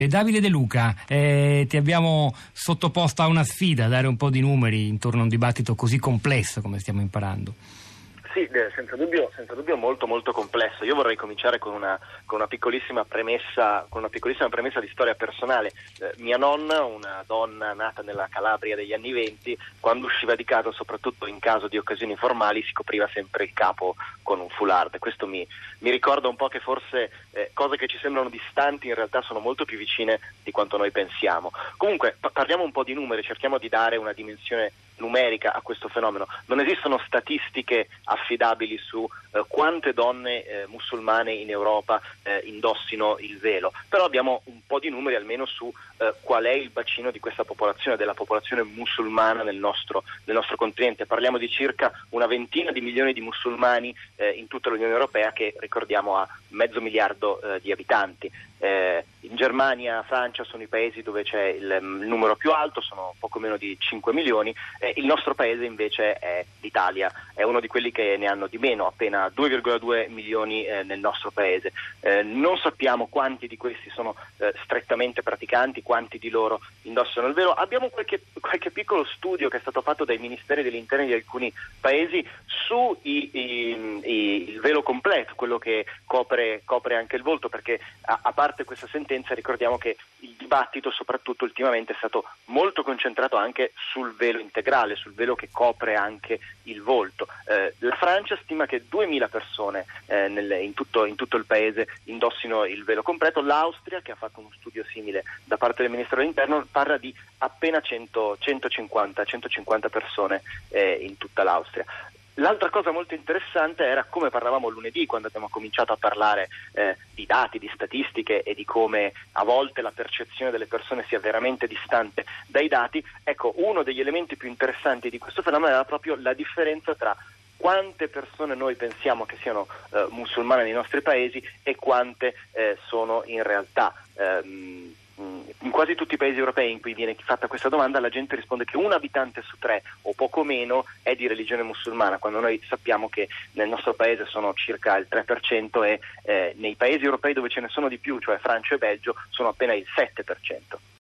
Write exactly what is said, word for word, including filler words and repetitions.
E Davide De Luca, eh, ti abbiamo sottoposto a una sfida, a dare un po' di numeri intorno a un dibattito così complesso come stiamo imparando. Sì, senza dubbio, senza dubbio molto molto complesso. Io vorrei cominciare con una, con una piccolissima premessa, con una piccolissima premessa di storia personale. Eh, mia nonna, una donna nata nella Calabria degli anni venti, quando usciva di casa, soprattutto in caso di occasioni formali, si copriva sempre il capo con un foulard. Questo mi, mi ricorda un po' che forse eh, cose che ci sembrano distanti in realtà sono molto più vicine di quanto noi pensiamo. Comunque pa- parliamo un po' di numeri, cerchiamo di dare una dimensione numerica a questo fenomeno. Non esistono statistiche affidabili su eh, quante donne eh, musulmane in Europa eh, indossino il velo, però abbiamo un po' di numeri almeno su eh, qual è il bacino di questa popolazione, della popolazione musulmana nel nostro, nel nostro continente. Parliamo di circa una ventina di milioni di musulmani eh, in tutta l'Unione Europea, che ricordiamo ha mezzo miliardo eh, di abitanti. Eh, in Germania, Francia sono i paesi dove c'è il, il numero più alto, sono poco meno di cinque milioni. Eh, il nostro paese invece è l'Italia, è uno di quelli che ne hanno di meno, appena due virgola due milioni eh, nel nostro paese. Eh, non sappiamo quanti di questi sono eh, strettamente praticanti, quanti di loro indossano il velo. Abbiamo qualche, qualche piccolo studio che è stato fatto dai ministeri degli interni di alcuni paesi su i, i, i, il velo completo, quello che copre, copre anche il volto, perché a, a parte questa sentenza ricordiamo che il dibattito soprattutto ultimamente è stato molto concentrato anche sul velo integrale, sul velo che copre anche il volto. Eh, la Francia stima che duemila persone eh, nel, in, tutto, in tutto il paese indossino il velo completo. L'Austria, che ha fatto uno studio simile da parte del Ministero dell'Interno, parla di appena cento, centocinquanta persone eh, in tutta l'Austria. L'altra cosa molto interessante era, come parlavamo lunedì quando abbiamo cominciato a parlare eh, di dati, di statistiche e di come a volte la percezione delle persone sia veramente distante dai dati. Ecco, uno degli elementi più interessanti di questo fenomeno era proprio la differenza tra quante persone noi pensiamo che siano eh, musulmane nei nostri paesi e quante eh, sono in realtà. Ehm, In quasi tutti i paesi europei in cui viene fatta questa domanda, la gente risponde che un abitante su tre o poco meno è di religione musulmana, quando noi sappiamo che nel nostro paese sono circa il tre per cento e eh, nei paesi europei dove ce ne sono di più, cioè Francia e Belgio, sono appena il sette per cento.